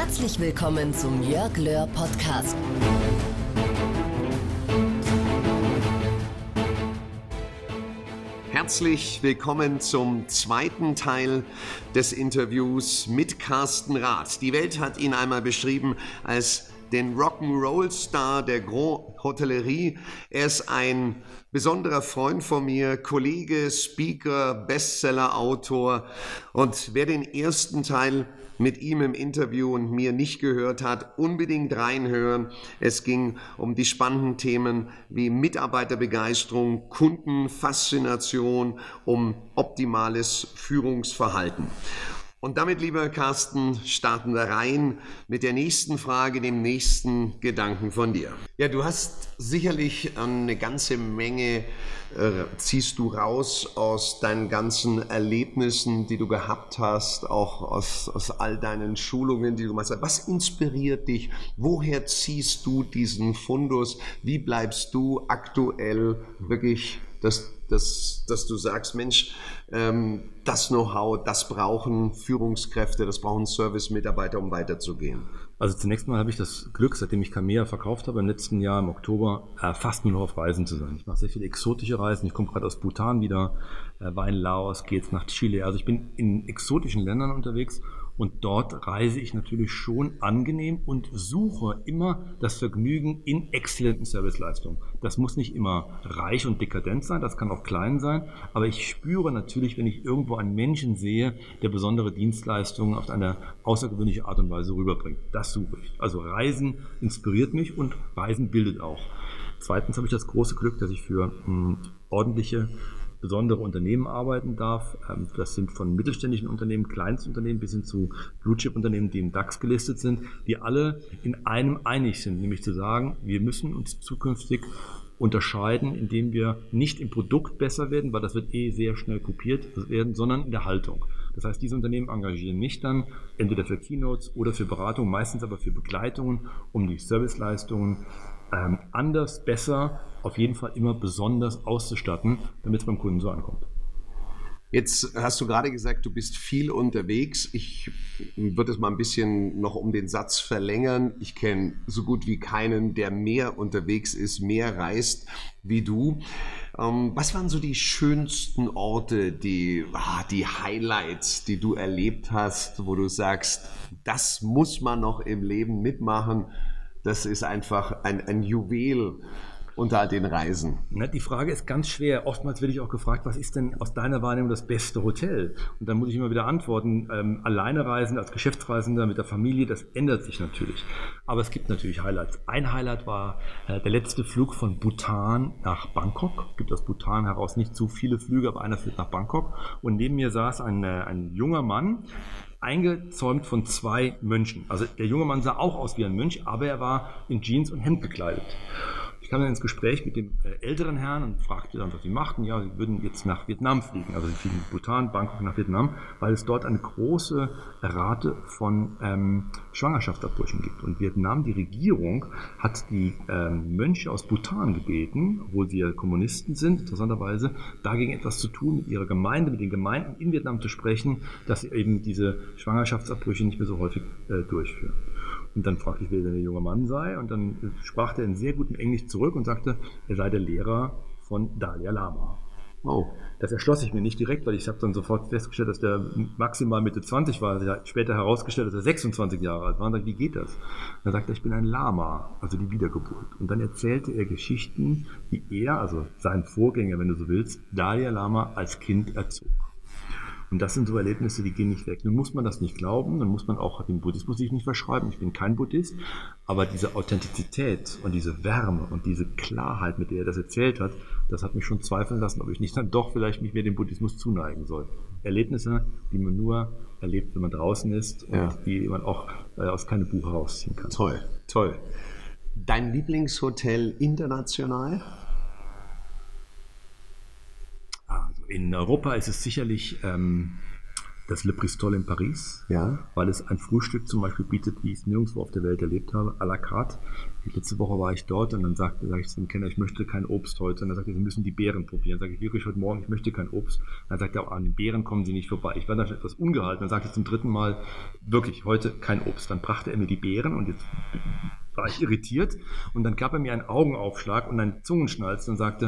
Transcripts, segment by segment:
Herzlich willkommen zum Jörg Löhr Podcast. Herzlich willkommen zum zweiten Teil des Interviews mit Carsten Rath. Die Welt hat ihn einmal beschrieben als den Rock'n'Roll-Star der Grand Hotellerie. Er ist ein besonderer Freund von mir, Kollege, Speaker, Bestseller-Autor. Und wer den ersten Teil mit ihm im Interview und mir nicht gehört hat, unbedingt reinhören. Es ging um die spannenden Themen wie Mitarbeiterbegeisterung, Kundenfaszination, um optimales Führungsverhalten. Und damit, lieber Carsten, starten wir rein mit der nächsten Frage, dem nächsten Gedanken von dir. Ja, du hast sicherlich eine ganze Menge, ziehst du raus aus deinen ganzen Erlebnissen, die du gehabt hast, auch aus all deinen Schulungen, die du machst. Was inspiriert dich? Woher ziehst du diesen Fundus? Wie bleibst du aktuell wirklich, dass du sagst, Mensch, das Know-how, das brauchen Führungskräfte, das brauchen Service-Mitarbeiter, um weiterzugehen? Also zunächst mal habe ich das Glück, seitdem ich Camea verkauft habe, im letzten Jahr im Oktober, fast nur noch auf Reisen zu sein. Ich mache sehr viele exotische Reisen. Ich komme gerade aus Bhutan wieder, war in Laos, gehe jetzt nach Chile. Also ich bin in exotischen Ländern unterwegs. Und dort reise ich natürlich schon angenehm und suche immer das Vergnügen in exzellenten Serviceleistungen. Das muss nicht immer reich und dekadent sein, das kann auch klein sein, aber ich spüre natürlich, wenn ich irgendwo einen Menschen sehe, der besondere Dienstleistungen auf eine außergewöhnliche Art und Weise rüberbringt. Das suche ich. Also Reisen inspiriert mich und Reisen bildet auch. Zweitens habe ich das große Glück, dass ich für ordentliche besondere Unternehmen arbeiten darf. Das sind von mittelständischen Unternehmen, Kleinstunternehmen bis hin zu Blue-Chip-Unternehmen, die im DAX gelistet sind, die alle in einem einig sind, nämlich zu sagen, wir müssen uns zukünftig unterscheiden, indem wir nicht im Produkt besser werden, weil das wird sehr schnell kopiert werden, sondern in der Haltung. Das heißt, diese Unternehmen engagieren mich dann entweder für Keynotes oder für Beratung, meistens aber für Begleitungen, um die Serviceleistungen anders, besser, auf jeden Fall immer besonders auszustatten, damit es beim Kunden so ankommt. Jetzt hast du gerade gesagt, du bist viel unterwegs. Ich würde es mal ein bisschen noch um den Satz verlängern. Ich kenne so gut wie keinen, der mehr unterwegs ist, mehr reist wie du. Was waren so die schönsten Orte, die Highlights, die du erlebt hast, wo du sagst, das muss man noch im Leben mitmachen? Das ist einfach ein Juwel unter den Reisen. Die Frage ist ganz schwer. Oftmals werde ich auch gefragt, was ist denn aus deiner Wahrnehmung das beste Hotel? Und dann muss ich immer wieder antworten, alleine reisen, als Geschäftsreisender mit der Familie, das ändert sich natürlich. Aber es gibt natürlich Highlights. Ein Highlight war der letzte Flug von Bhutan nach Bangkok. Es gibt aus Bhutan heraus nicht so viele Flüge, aber einer führt nach Bangkok. Und neben mir saß ein junger Mann, eingezäumt von zwei Mönchen. Also der junge Mann sah auch aus wie ein Mönch, aber er war in Jeans und Hemd gekleidet. Ich kam dann ins Gespräch mit dem älteren Herrn und fragte dann, was sie machten. Ja, sie würden jetzt nach Vietnam fliegen. Also sie fliegen in Bhutan, Bangkok nach Vietnam, weil es dort eine große Rate von Schwangerschaftsabbrüchen gibt. Und Vietnam, die Regierung, hat die Mönche aus Bhutan gebeten, obwohl sie ja Kommunisten sind, interessanterweise, dagegen etwas zu tun, mit ihrer Gemeinde, mit den Gemeinden in Vietnam zu sprechen, dass sie eben diese Schwangerschaftsabbrüche nicht mehr so häufig durchführen. Und dann fragte ich, wer der junge Mann sei. Und dann sprach er in sehr gutem Englisch zurück und sagte, er sei der Lehrer von Dalai Lama. Oh. Das erschloss ich mir nicht direkt, weil ich habe dann sofort festgestellt, dass der maximal Mitte 20 war. Ich habe später herausgestellt, dass er 26 Jahre alt war. Und sagte, wie geht das? Dann sagte er, ich bin ein Lama, also die Wiedergeburt. Und dann erzählte er Geschichten, wie er, also sein Vorgänger, wenn du so willst, Dalai Lama als Kind erzog. Und das sind so Erlebnisse, die gehen nicht weg. Nun muss man das nicht glauben, dann muss man auch dem Buddhismus sich nicht verschreiben. Ich bin kein Buddhist, aber diese Authentizität und diese Wärme und diese Klarheit, mit der er das erzählt hat, das hat mich schon zweifeln lassen, ob ich nicht dann doch vielleicht mich mehr dem Buddhismus zuneigen soll. Erlebnisse, die man nur erlebt, wenn man draußen ist und die man auch aus keinem Buch herausziehen kann. Toll, toll. Dein Lieblingshotel international? In Europa ist es sicherlich Das Le Bristol in Paris, Ja. weil es ein Frühstück zum Beispiel bietet, wie ich es nirgendwo auf der Welt erlebt habe, à la carte. Letzte Woche war ich dort und dann sage ich zu dem Kenner, ich möchte kein Obst heute. Und dann sagt er, Sie müssen die Beeren probieren. Dann sage ich wirklich heute Morgen, ich möchte kein Obst. Dann sagt er, an den Beeren kommen Sie nicht vorbei. Ich war dann schon etwas ungehalten. Dann sagte ich zum dritten Mal, wirklich, heute kein Obst. Dann brachte er mir die Beeren und jetzt war ich irritiert. Und dann gab er mir einen Augenaufschlag und einen Zungenschnalzen und sagte,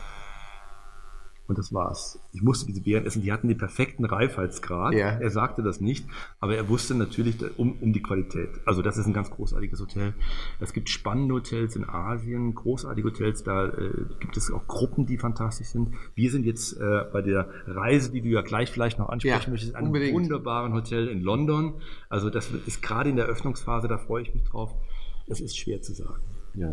und das war's. Ich musste diese Beeren essen, die hatten den perfekten Reifheitsgrad. Ja. Er sagte das nicht, aber er wusste natürlich um die Qualität. Also das ist ein ganz großartiges Hotel. Es gibt spannende Hotels in Asien, großartige Hotels, da gibt es auch Gruppen, die fantastisch sind. Wir sind jetzt bei der Reise, die du ja gleich vielleicht noch ansprechen möchtest, in einem wunderbaren Hotel in London. Also das ist gerade in der Öffnungsphase, da freue ich mich drauf. Es ist schwer zu sagen. Ja.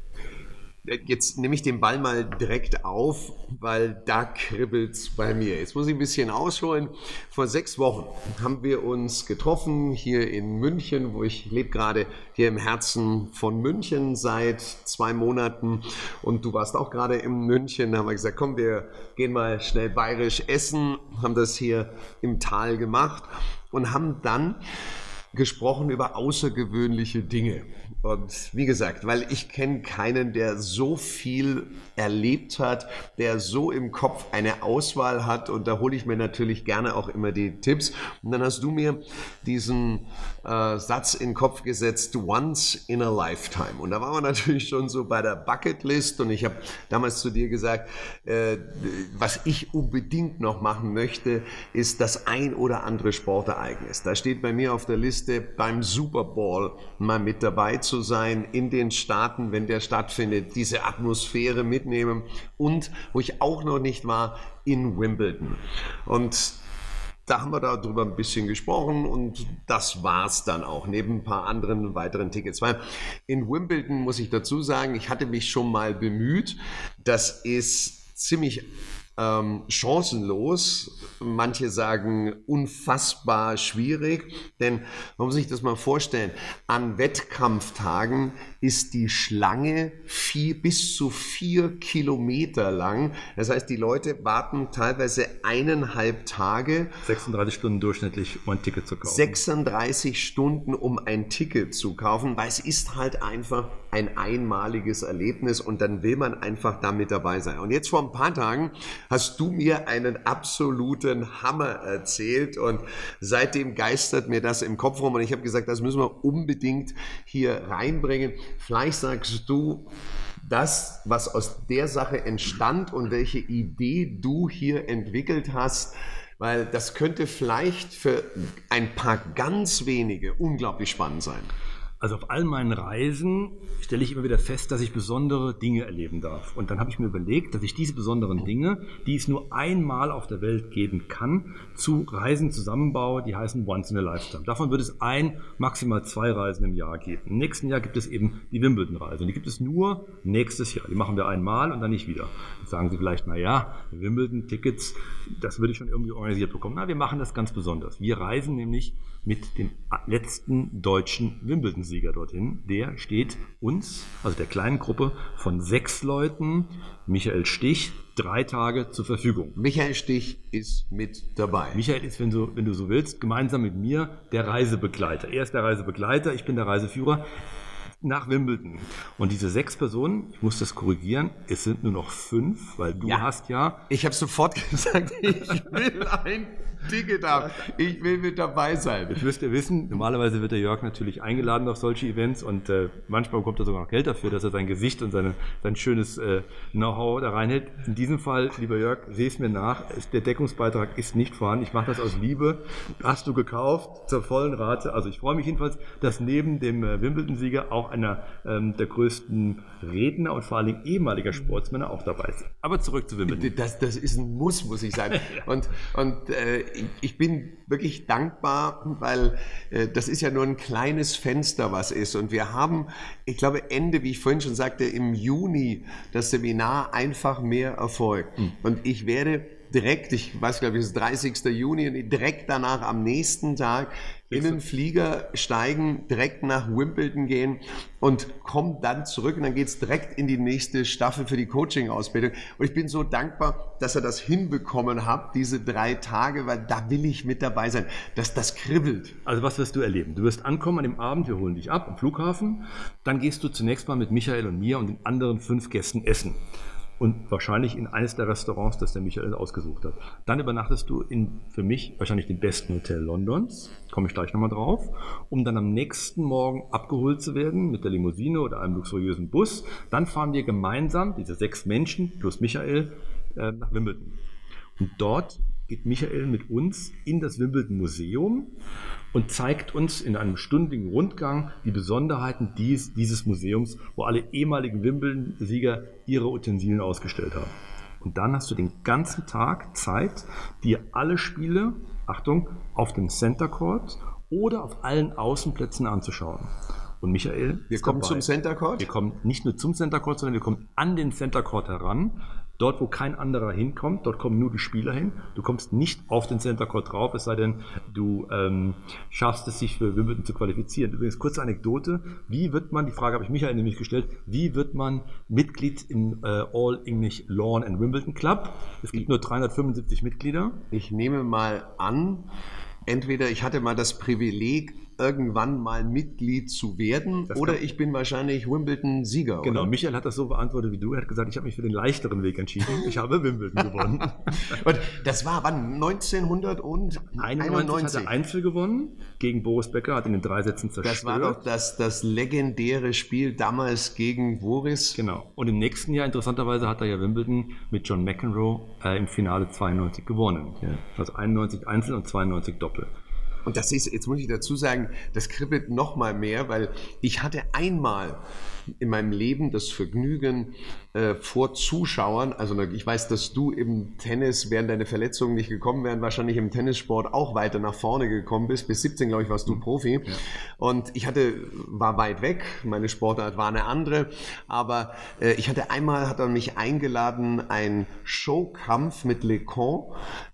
Jetzt nehme ich den Ball mal direkt auf, weil da kribbelt es bei mir. Jetzt muss ich ein bisschen ausholen. Vor 6 Wochen haben wir uns getroffen hier in München, wo ich lebe gerade hier im Herzen von München seit 2 Monaten. Und du warst auch gerade in München. Da haben wir gesagt, komm, wir gehen mal schnell bayerisch essen. Haben das hier im Tal gemacht und haben dann gesprochen über außergewöhnliche Dinge. Und wie gesagt, weil ich kenne keinen, der so viel erlebt hat, der so im Kopf eine Auswahl hat, und da hole ich mir natürlich gerne auch immer die Tipps. Und dann hast du mir diesen Satz in den Kopf gesetzt, once in a lifetime. Und da waren wir natürlich schon so bei der Bucketlist, und ich habe damals zu dir gesagt, was ich unbedingt noch machen möchte, ist das ein oder andere Sportereignis. Da steht bei mir auf der Liste, beim Super Bowl mal mit dabei zu sein, in den Staaten, wenn der stattfindet, diese Atmosphäre mitnehmen, und wo ich auch noch nicht war, in Wimbledon. Und da haben wir darüber ein bisschen gesprochen, und das war's dann auch, neben ein paar anderen weiteren Tickets. Weil in Wimbledon, muss ich dazu sagen, ich hatte mich schon mal bemüht. Das ist ziemlich chancenlos. Manche sagen unfassbar schwierig, denn man muss sich das mal vorstellen, an Wettkampftagen ist die Schlange bis zu 4 Kilometer lang. Das heißt, die Leute warten teilweise 1,5 Tage. 36 Stunden durchschnittlich, um ein Ticket zu kaufen. 36 Stunden, um ein Ticket zu kaufen, weil es ist halt einfach ein einmaliges Erlebnis, und dann will man einfach da mit dabei sein. Und jetzt vor ein paar Tagen hast du mir einen absoluten Hammer erzählt, und seitdem geistert mir das im Kopf rum, und ich habe gesagt, das müssen wir unbedingt hier reinbringen. Vielleicht sagst du das, was aus der Sache entstand und welche Idee du hier entwickelt hast, weil das könnte vielleicht für ein paar ganz wenige unglaublich spannend sein. Also auf all meinen Reisen stelle ich immer wieder fest, dass ich besondere Dinge erleben darf. Und dann habe ich mir überlegt, dass ich diese besonderen Dinge, die es nur einmal auf der Welt geben kann, zu Reisen zusammenbaue, die heißen Once in a Lifetime. Davon wird es maximal 2 Reisen im Jahr geben. Im nächsten Jahr gibt es eben die Wimbledon-Reise. Und die gibt es nur nächstes Jahr. Die machen wir einmal und dann nicht wieder. Jetzt sagen Sie vielleicht, naja, Wimbledon-Tickets, das würde ich schon irgendwie organisiert bekommen. Na, wir machen das ganz besonders. Wir reisen nämlich mit dem letzten deutschen Wimbledon-Sieger dorthin. Der steht uns, also der kleinen Gruppe von 6 Leuten, Michael Stich, 3 Tage zur Verfügung. Michael Stich ist mit dabei. Michael ist, wenn du so willst, gemeinsam mit mir der Reisebegleiter. Er ist der Reisebegleiter, ich bin der Reiseführer nach Wimbledon. Und diese 6 Personen, ich muss das korrigieren, es sind nur noch 5, weil du hast ja... Ich habe sofort gesagt, ich will ein Ticket haben. Ich will mit dabei sein. Jetzt müsst ihr wissen, normalerweise wird der Jörg natürlich eingeladen auf solche Events, und manchmal bekommt er sogar noch Geld dafür, dass er sein Gesicht und sein schönes Know-how da reinhält. In diesem Fall, lieber Jörg, seh es mir nach, der Deckungsbeitrag ist nicht vorhanden. Ich mache das aus Liebe. Hast du gekauft zur vollen Rate. Also ich freue mich jedenfalls, dass neben dem Wimbledon-Sieger auch einer der größten Redner und vor allen Dingen ehemaliger Sportsmänner auch dabei ist. Aber zurück zu Wimbledon. Das ist ein muss ich sagen. Und ich bin wirklich dankbar, weil das ist ja nur ein kleines Fenster, was ist. Und wir haben, ich glaube, wie ich vorhin schon sagte, im Juni das Seminar Einfach mehr Erfolg. Und ich werde direkt, ich weiß glaube ich, es ist 30. Juni, direkt danach am nächsten Tag in den Flieger steigen, direkt nach Wimbledon gehen und kommen dann zurück und dann geht es direkt in die nächste Staffel für die Coaching-Ausbildung. Und ich bin so dankbar, dass ihr das hinbekommen habt, diese 3 Tage, weil da will ich mit dabei sein, dass das kribbelt. Also was wirst du erleben? Du wirst ankommen an dem Abend, wir holen dich ab am Flughafen, dann gehst du zunächst mal mit Michael und mir und den anderen 5 Gästen essen. Und wahrscheinlich in eines der Restaurants, das der Michael ausgesucht hat. Dann übernachtest du in, für mich, wahrscheinlich dem besten Hotel Londons, komme ich gleich nochmal drauf, um dann am nächsten Morgen abgeholt zu werden mit der Limousine oder einem luxuriösen Bus. Dann fahren wir gemeinsam, diese 6 Menschen plus Michael, nach Wimbledon. Und dort geht Michael mit uns in das Wimbledon Museum und zeigt uns in einem stündigen Rundgang die Besonderheiten dieses Museums, wo alle ehemaligen Wimbledon-Sieger ihre Utensilien ausgestellt haben. Und dann hast du den ganzen Tag Zeit, dir alle Spiele, Achtung, auf dem Center Court oder auf allen Außenplätzen anzuschauen. Und Michael, wir kommen zum Center Court? Wir kommen nicht nur zum Center Court, sondern wir kommen an den Center Court heran. Dort, wo kein anderer hinkommt, dort kommen nur die Spieler hin. Du kommst nicht auf den Center Court drauf, es sei denn, du schaffst es, sich für Wimbledon zu qualifizieren. Übrigens, kurze Anekdote, wie wird man, die Frage habe ich Michael nämlich gestellt, wie wird man Mitglied im All English Lawn and Wimbledon Club? Es gibt nur 375 Mitglieder. Ich nehme mal an, entweder ich hatte mal das Privileg, irgendwann mal Mitglied zu werden, oder ich bin wahrscheinlich Wimbledon-Sieger. Genau, oder? Michael hat das so beantwortet wie du. Er hat gesagt, ich habe mich für den leichteren Weg entschieden. Ich habe Wimbledon gewonnen. Und das war wann? 1991 hat er Einzel gewonnen gegen Boris Becker, hat ihn in 3 Sätzen zerstört. Das war doch das legendäre Spiel damals gegen Boris. Genau. Und im nächsten Jahr, interessanterweise, hat er ja Wimbledon mit John McEnroe im Finale 92 gewonnen. Ja. Also 91 Einzel und 92 Doppel. Und das ist, jetzt muss ich dazu sagen, das kribbelt noch mal mehr, weil ich hatte einmal in meinem Leben das Vergnügen vor Zuschauern, also ich weiß, dass du im Tennis, während deine Verletzungen nicht gekommen wären, wahrscheinlich im Tennissport auch weiter nach vorne gekommen bist. Bis 17, glaube ich, warst du Profi. Ja. Und ich war weit weg, meine Sportart war eine andere, aber einmal hat er mich eingeladen, ein Showkampf mit Lecon,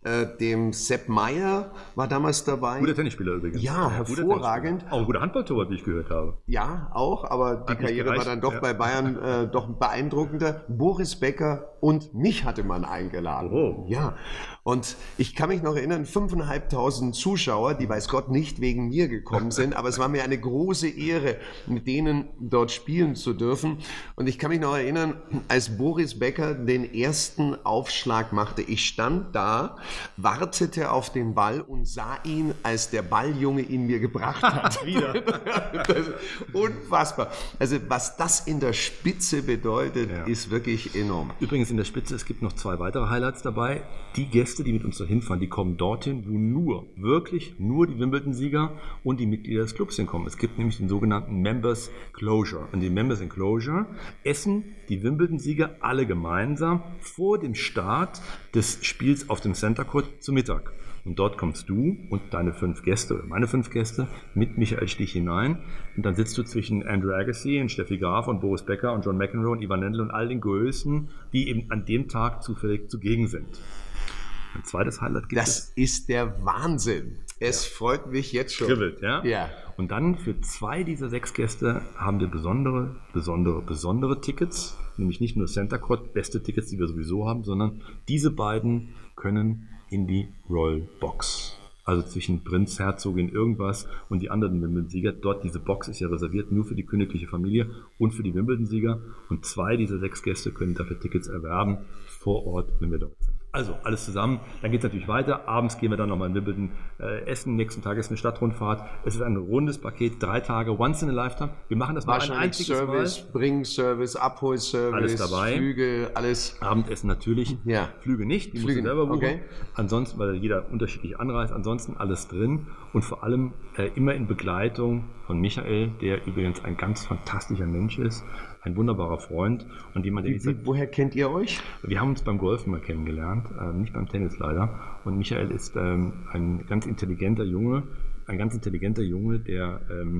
dem Sepp Maier war damals dabei. Guter Tennisspieler übrigens. Ja, hervorragend. Auch ein guter Handballtorwart, wie ich gehört habe. Ja, auch, aber die Karriere war dann doch bei Bayern doch beeindruckender. Boris Becker und mich hatte man eingeladen. Oh. Ja, und ich kann mich noch erinnern, 5.500 Zuschauer, die weiß Gott nicht wegen mir gekommen sind, aber es war mir eine große Ehre, mit denen dort spielen zu dürfen. Und ich kann mich noch erinnern, als Boris Becker den ersten Aufschlag machte, ich stand da, wartete auf den Ball und sah ihn, als der Balljunge ihn mir gebracht hat. Wieder. Das ist unfassbar. Also was das in der Spitze bedeutet, ist wirklich enorm. Übrigens in der Spitze, es gibt noch 2 weitere Highlights dabei. Die Gäste, die mit uns dahin fahren, die kommen dorthin, wo wirklich nur die Wimbledon-Sieger und die Mitglieder des Clubs hinkommen. Es gibt nämlich den sogenannten Members Closure. Und die Members Enclosure essen die Wimbledon-Sieger alle gemeinsam vor dem Start des Spiels auf dem Center Court zu Mittag. Und dort kommst du und deine 5 Gäste oder meine 5 Gäste mit Michael Stich hinein. Und dann sitzt du zwischen Andrew Agassi und Steffi Graf und Boris Becker und John McEnroe und Ivan Lendl und all den Größen, die eben an dem Tag zufällig zugegen sind. Ein zweites Highlight gibt es. Das ist der Wahnsinn. Es freut mich jetzt schon. Kribbelt, ja? Ja. Und dann für 2 dieser 6 Gäste haben wir besondere Tickets. Nämlich nicht nur Center Court, beste Tickets, die wir sowieso haben, sondern diese beiden können in die Royal Box. Also zwischen Prinz, Herzogin, irgendwas und die anderen Wimbledon-Sieger. Dort, diese Box ist ja reserviert nur für die königliche Familie und für die Wimbledon-Sieger. Und 2 dieser 6 Gäste können dafür Tickets erwerben vor Ort, wenn wir dort sind. Also alles zusammen, dann geht es natürlich weiter. Abends gehen wir dann nochmal in Wimbledon essen. Nächsten Tag ist eine Stadtrundfahrt. Es ist ein rundes Paket, 3 Tage, once in a lifetime. Wir machen das mal ein einziges Service, Mal. Bringservice, Abholservice, alles dabei. Flüge, alles. Abendessen natürlich. Ja. Flüge nicht, die musst du selber buchen. Okay. Ansonsten, weil jeder unterschiedlich anreist, ansonsten alles drin. Und vor allem immer in Begleitung von Michael, der übrigens ein ganz fantastischer Mensch ist. Ein wunderbarer Freund und jemand, der woher kennt ihr euch? Wir haben uns beim Golfen mal kennengelernt, nicht beim Tennis leider. Und Michael ist ein ganz intelligenter Junge, ein ganz intelligenter Junge, der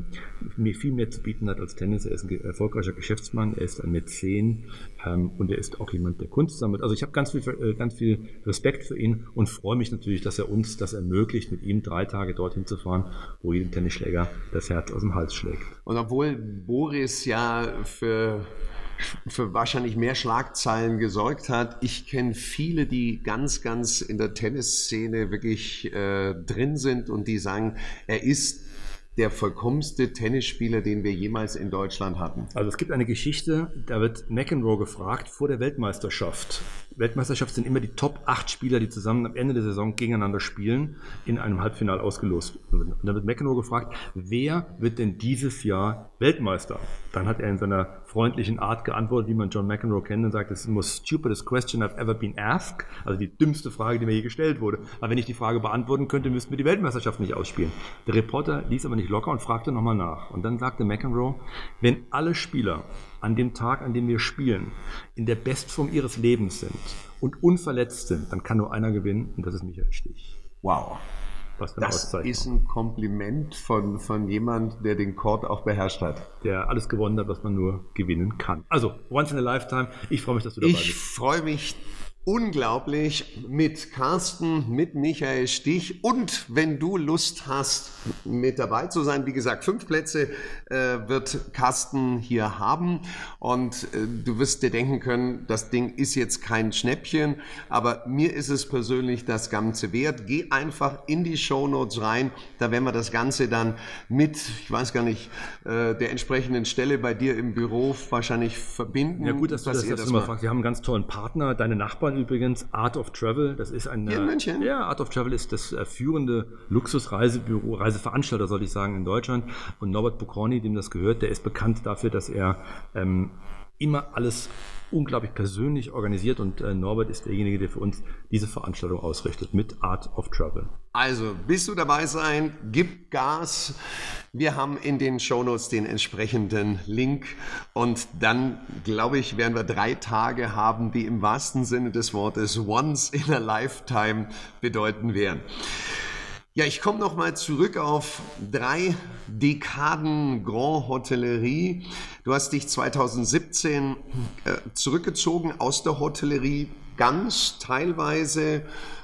mir viel mehr zu bieten hat als Tennis. Er ist ein erfolgreicher Geschäftsmann, er ist ein Mäzen und er ist auch jemand, der Kunst sammelt. Also ich habe ganz viel Respekt für ihn und freue mich natürlich, dass er uns das ermöglicht, mit ihm 3 Tage dorthin zu fahren, wo jedem Tennisschläger das Herz aus dem Hals schlägt. Und obwohl Boris ja für wahrscheinlich mehr Schlagzeilen gesorgt hat. Ich kenne viele, die ganz in der Tennisszene wirklich drin sind und die sagen, er ist der vollkommenste Tennisspieler, den wir jemals in Deutschland hatten. Also es gibt eine Geschichte, da wird McEnroe gefragt vor der Weltmeisterschaft. Weltmeisterschaft sind immer die Top 8 Spieler, die zusammen am Ende der Saison gegeneinander spielen, in einem Halbfinale ausgelost. Und dann wird McEnroe gefragt, wer wird denn dieses Jahr Weltmeister? Dann hat er in seiner freundlichen Art geantwortet, wie man John McEnroe kennt, und sagt, das ist the most stupidest question I've ever been asked. Also die dümmste Frage, die mir je gestellt wurde. Aber wenn ich die Frage beantworten könnte, müssten wir die Weltmeisterschaft nicht ausspielen. Der Reporter ließ aber nicht locker und fragte nochmal nach. Und dann sagte McEnroe, wenn alle Spieler an dem Tag, an dem wir spielen, in der Bestform ihres Lebens sind und unverletzt sind, dann kann nur einer gewinnen, und das ist Michael Stich. Wow. Das ist ein Kompliment von jemand, der den Court auch beherrscht hat. Der alles gewonnen hat, was man nur gewinnen kann. Also, once in a lifetime. Ich freue mich, dass du dabei bist. Ich freue mich unglaublich mit Carsten, mit Michael Stich, und wenn du Lust hast, mit dabei zu sein, wie gesagt, 5 Plätze wird Carsten hier haben, und du wirst dir denken können, das Ding ist jetzt kein Schnäppchen, aber mir ist es persönlich das Ganze wert. Geh einfach in die Shownotes rein, da werden wir das Ganze dann mit, ich weiß gar nicht, der entsprechenden Stelle bei dir im Büro wahrscheinlich verbinden. Ja gut, dass du das mal fragst. Wir haben einen ganz tollen Partner, deine Nachbarn übrigens, Art of Travel, das ist ein... Hier in München? Ja, Art of Travel ist das führende Luxusreisebüro, Reiseveranstalter, soll ich sagen, in Deutschland. Und Norbert Bucroni, dem das gehört, der ist bekannt dafür, dass er immer alles unglaublich persönlich organisiert, und Norbert ist derjenige, der für uns diese Veranstaltung ausrichtet mit Art of Travel. Also, willst du dabei sein? Gib Gas. Wir haben in den Shownotes den entsprechenden Link, und dann, glaube ich, werden wir 3 Tage haben, die im wahrsten Sinne des Wortes once in a lifetime bedeuten werden. Ja, ich komme nochmal zurück auf 3 Dekaden Grand Hotellerie. Du hast dich 2017 zurückgezogen aus der Hotellerie, ganz teilweise,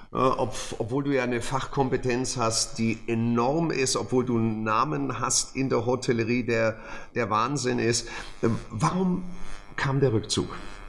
obwohl du ja eine Fachkompetenz hast, die enorm ist, obwohl du einen Namen hast in der Hotellerie, der Wahnsinn ist. Warum kam der Rückzug?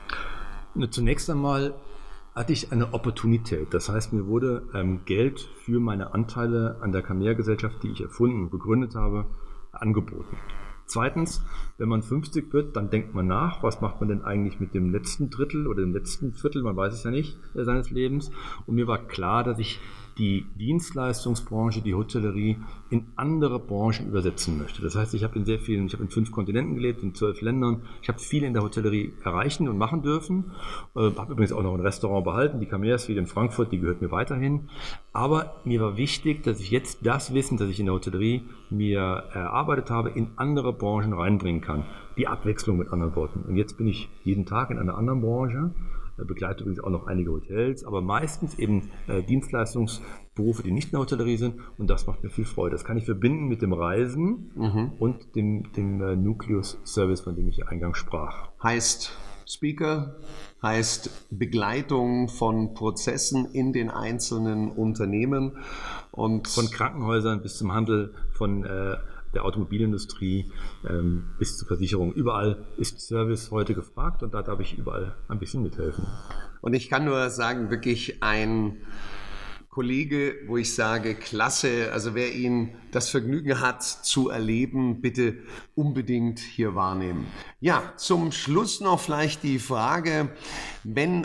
Zunächst einmal hatte ich eine Opportunität. Das heißt, mir wurde Geld für meine Anteile an der Kamea-Gesellschaft, die ich erfunden und gegründet habe, angeboten. Zweitens, wenn man 50 wird, dann denkt man nach, was macht man denn eigentlich mit dem letzten Drittel oder dem letzten Viertel, man weiß es ja nicht, seines Lebens. Und mir war klar, dass ich die Dienstleistungsbranche, die Hotellerie in andere Branchen übersetzen möchte. Das heißt, ich habe in 5 Kontinenten gelebt, in 12 Ländern. Ich habe viel in der Hotellerie erreichen und machen dürfen. Habe übrigens auch noch ein Restaurant behalten, die Kamea Suite in Frankfurt, die gehört mir weiterhin. Aber mir war wichtig, dass ich jetzt das Wissen, das ich in der Hotellerie mir erarbeitet habe, in andere Branchen reinbringen kann. Die Abwechslung mit anderen Worten. Und jetzt bin ich jeden Tag in einer anderen Branche. Begleite übrigens auch noch einige Hotels, aber meistens eben Dienstleistungsberufe, die nicht in der Hotellerie sind, und das macht mir viel Freude. Das kann ich verbinden mit dem Reisen und dem Nucleus Service, von dem ich eingangs sprach. Heißt Speaker, heißt Begleitung von Prozessen in den einzelnen Unternehmen, und von Krankenhäusern bis zum Handel, von der Automobilindustrie bis zur Versicherung. Überall ist Service heute gefragt, und da darf ich überall ein bisschen mithelfen. Und ich kann nur sagen, wirklich ein Kollege, wo ich sage, klasse, also wer ihn das Vergnügen hat zu erleben, bitte unbedingt hier wahrnehmen. Ja, zum Schluss noch vielleicht die Frage, wenn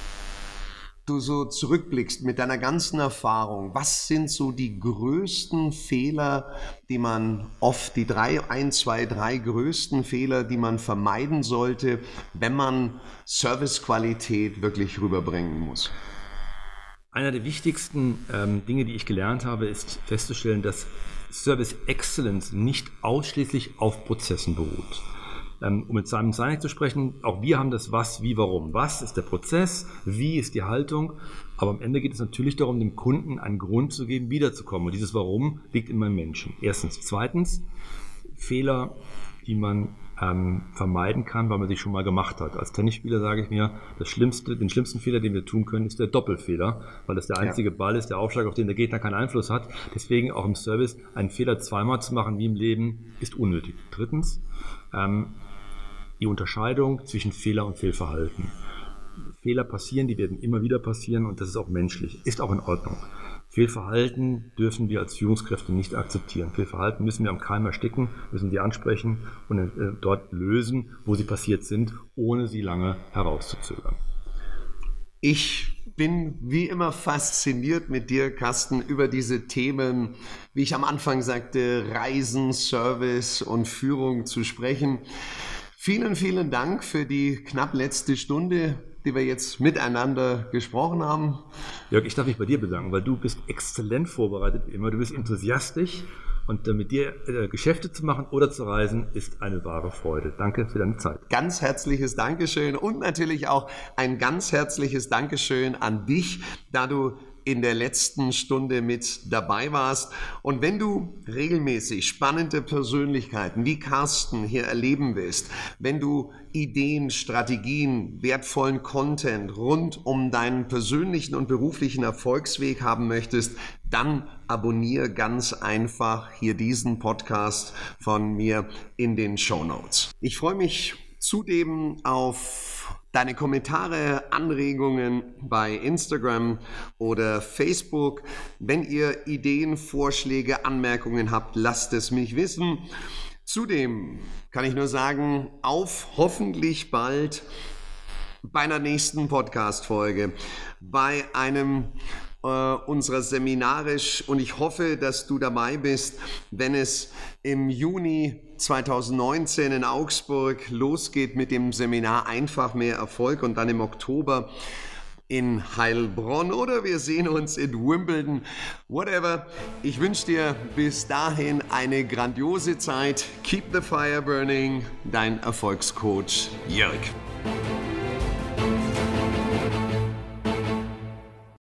du so zurückblickst mit deiner ganzen Erfahrung, was sind so die größten Fehler, die man oft, die 3 größten Fehler, die man vermeiden sollte, wenn man Servicequalität wirklich rüberbringen muss? Einer der wichtigsten Dinge, die ich gelernt habe, ist festzustellen, dass Service Excellence nicht ausschließlich auf Prozessen beruht. Um mit Simon Sinek zu sprechen, auch wir haben das Was, Wie, Warum. Was ist der Prozess? Wie ist die Haltung? Aber am Ende geht es natürlich darum, dem Kunden einen Grund zu geben, wiederzukommen. Und dieses Warum liegt in meinem Menschen. Erstens. Zweitens, Fehler, die man vermeiden kann, weil man sich schon mal gemacht hat. Als Tennisspieler sage ich mir, den schlimmsten Fehler, den wir tun können, ist der Doppelfehler, weil das der einzige Ball ist, der Aufschlag, auf den der Gegner keinen Einfluss hat. Deswegen auch im Service, einen Fehler zweimal zu machen, wie im Leben, ist unnötig. Drittens, die Unterscheidung zwischen Fehler und Fehlverhalten. Fehler passieren, die werden immer wieder passieren und das ist auch menschlich, ist auch in Ordnung. Fehlverhalten dürfen wir als Führungskräfte nicht akzeptieren. Fehlverhalten müssen wir am Keim ersticken, müssen die ansprechen und dort lösen, wo sie passiert sind, ohne sie lange herauszuzögern. Ich bin wie immer fasziniert mit dir, Carsten, über diese Themen, wie ich am Anfang sagte, Reisen, Service und Führung zu sprechen. Vielen, vielen Dank für die knapp letzte Stunde, die wir jetzt miteinander gesprochen haben. Jörg, ich darf mich bei dir bedanken, weil du bist exzellent vorbereitet wie immer. Du bist enthusiastisch und mit dir Geschäfte zu machen oder zu reisen, ist eine wahre Freude. Danke für deine Zeit. Ganz herzliches Dankeschön und natürlich auch ein ganz herzliches Dankeschön an dich, da du in der letzten Stunde mit dabei warst. Und wenn du regelmäßig spannende Persönlichkeiten wie Carsten hier erleben willst, wenn du Ideen, Strategien, wertvollen Content rund um deinen persönlichen und beruflichen Erfolgsweg haben möchtest, dann abonniere ganz einfach hier diesen Podcast von mir in den Shownotes. Ich freue mich zudem auf deine Kommentare, Anregungen bei Instagram oder Facebook. Wenn ihr Ideen, Vorschläge, Anmerkungen habt, lasst es mich wissen. Zudem kann ich nur sagen, auf hoffentlich bald bei einer nächsten Podcast-Folge, bei einem unserer Seminare, und ich hoffe, dass du dabei bist, wenn es im Juni 2019 in Augsburg losgeht mit dem Seminar Einfach mehr Erfolg und dann im Oktober in Heilbronn oder wir sehen uns in Wimbledon, whatever. Ich wünsche dir bis dahin eine grandiose Zeit. Keep the fire burning, dein Erfolgscoach Jörg.